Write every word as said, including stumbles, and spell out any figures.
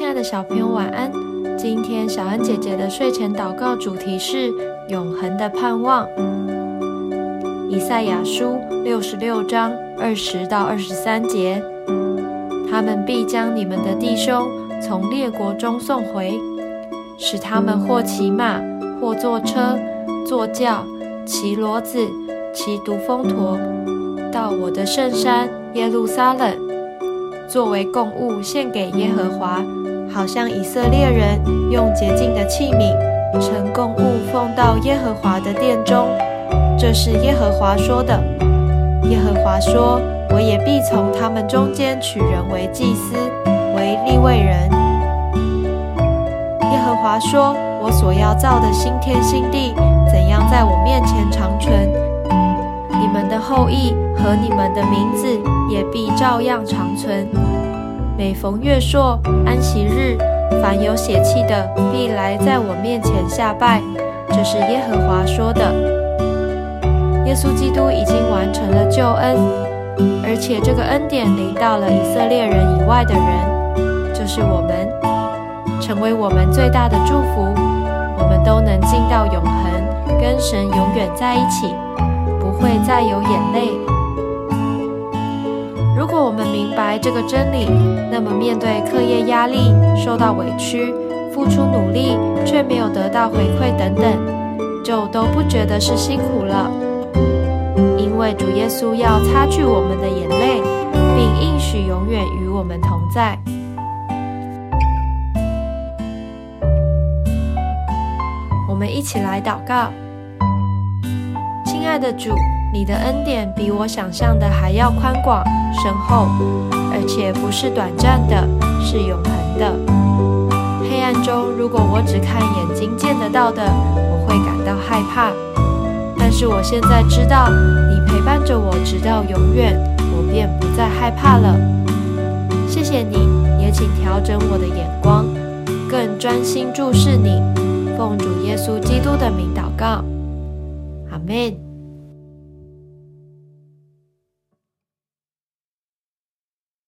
亲爱的小朋友晚安。今天小恩姐姐的睡前祷告主题是永恒的盼望。以赛亚书六十六章二十到二十三节，他们必将你们的弟兄从列国中送回，使他们或骑马，或坐车，坐轿，骑骡子，骑独峰驼，到我的圣山耶路撒冷，作为供物献给耶和华，好像以色列人用洁净的器皿盛供物奉到耶和华的殿中。这是耶和华说的。耶和华说，我也必从他们中间取人为祭司，为利未人。耶和华说，我所要造的新天新地，怎样在我面前长存，你们的后裔和你们的名字也必照样长存。每逢月朔、安息日，凡有血气的必来在我面前下拜。这是耶和华说的。耶稣基督已经完成了救恩，而且这个恩典临到了以色列人以外的人，就是我们，成为我们最大的祝福。我们都能进到永恒，跟神永远在一起，不会再有眼泪。如果我们明白这个真理，那么面对课业压力、受到委屈、付出努力却没有得到回馈等等，就都不觉得是辛苦了。因为主耶稣要擦去我们的眼泪，并应许永远与我们同在。我们一起来祷告。亲爱的主，你的恩典比我想象的还要宽广深厚，而且不是短暂的，是永恒的。黑暗中，如果我只看眼睛见得到的，我会感到害怕。但是我现在知道，你陪伴着我直到永远，我便不再害怕了。谢谢你，也请调整我的眼光，更专心注视你。奉主耶稣基督的名祷告，阿们。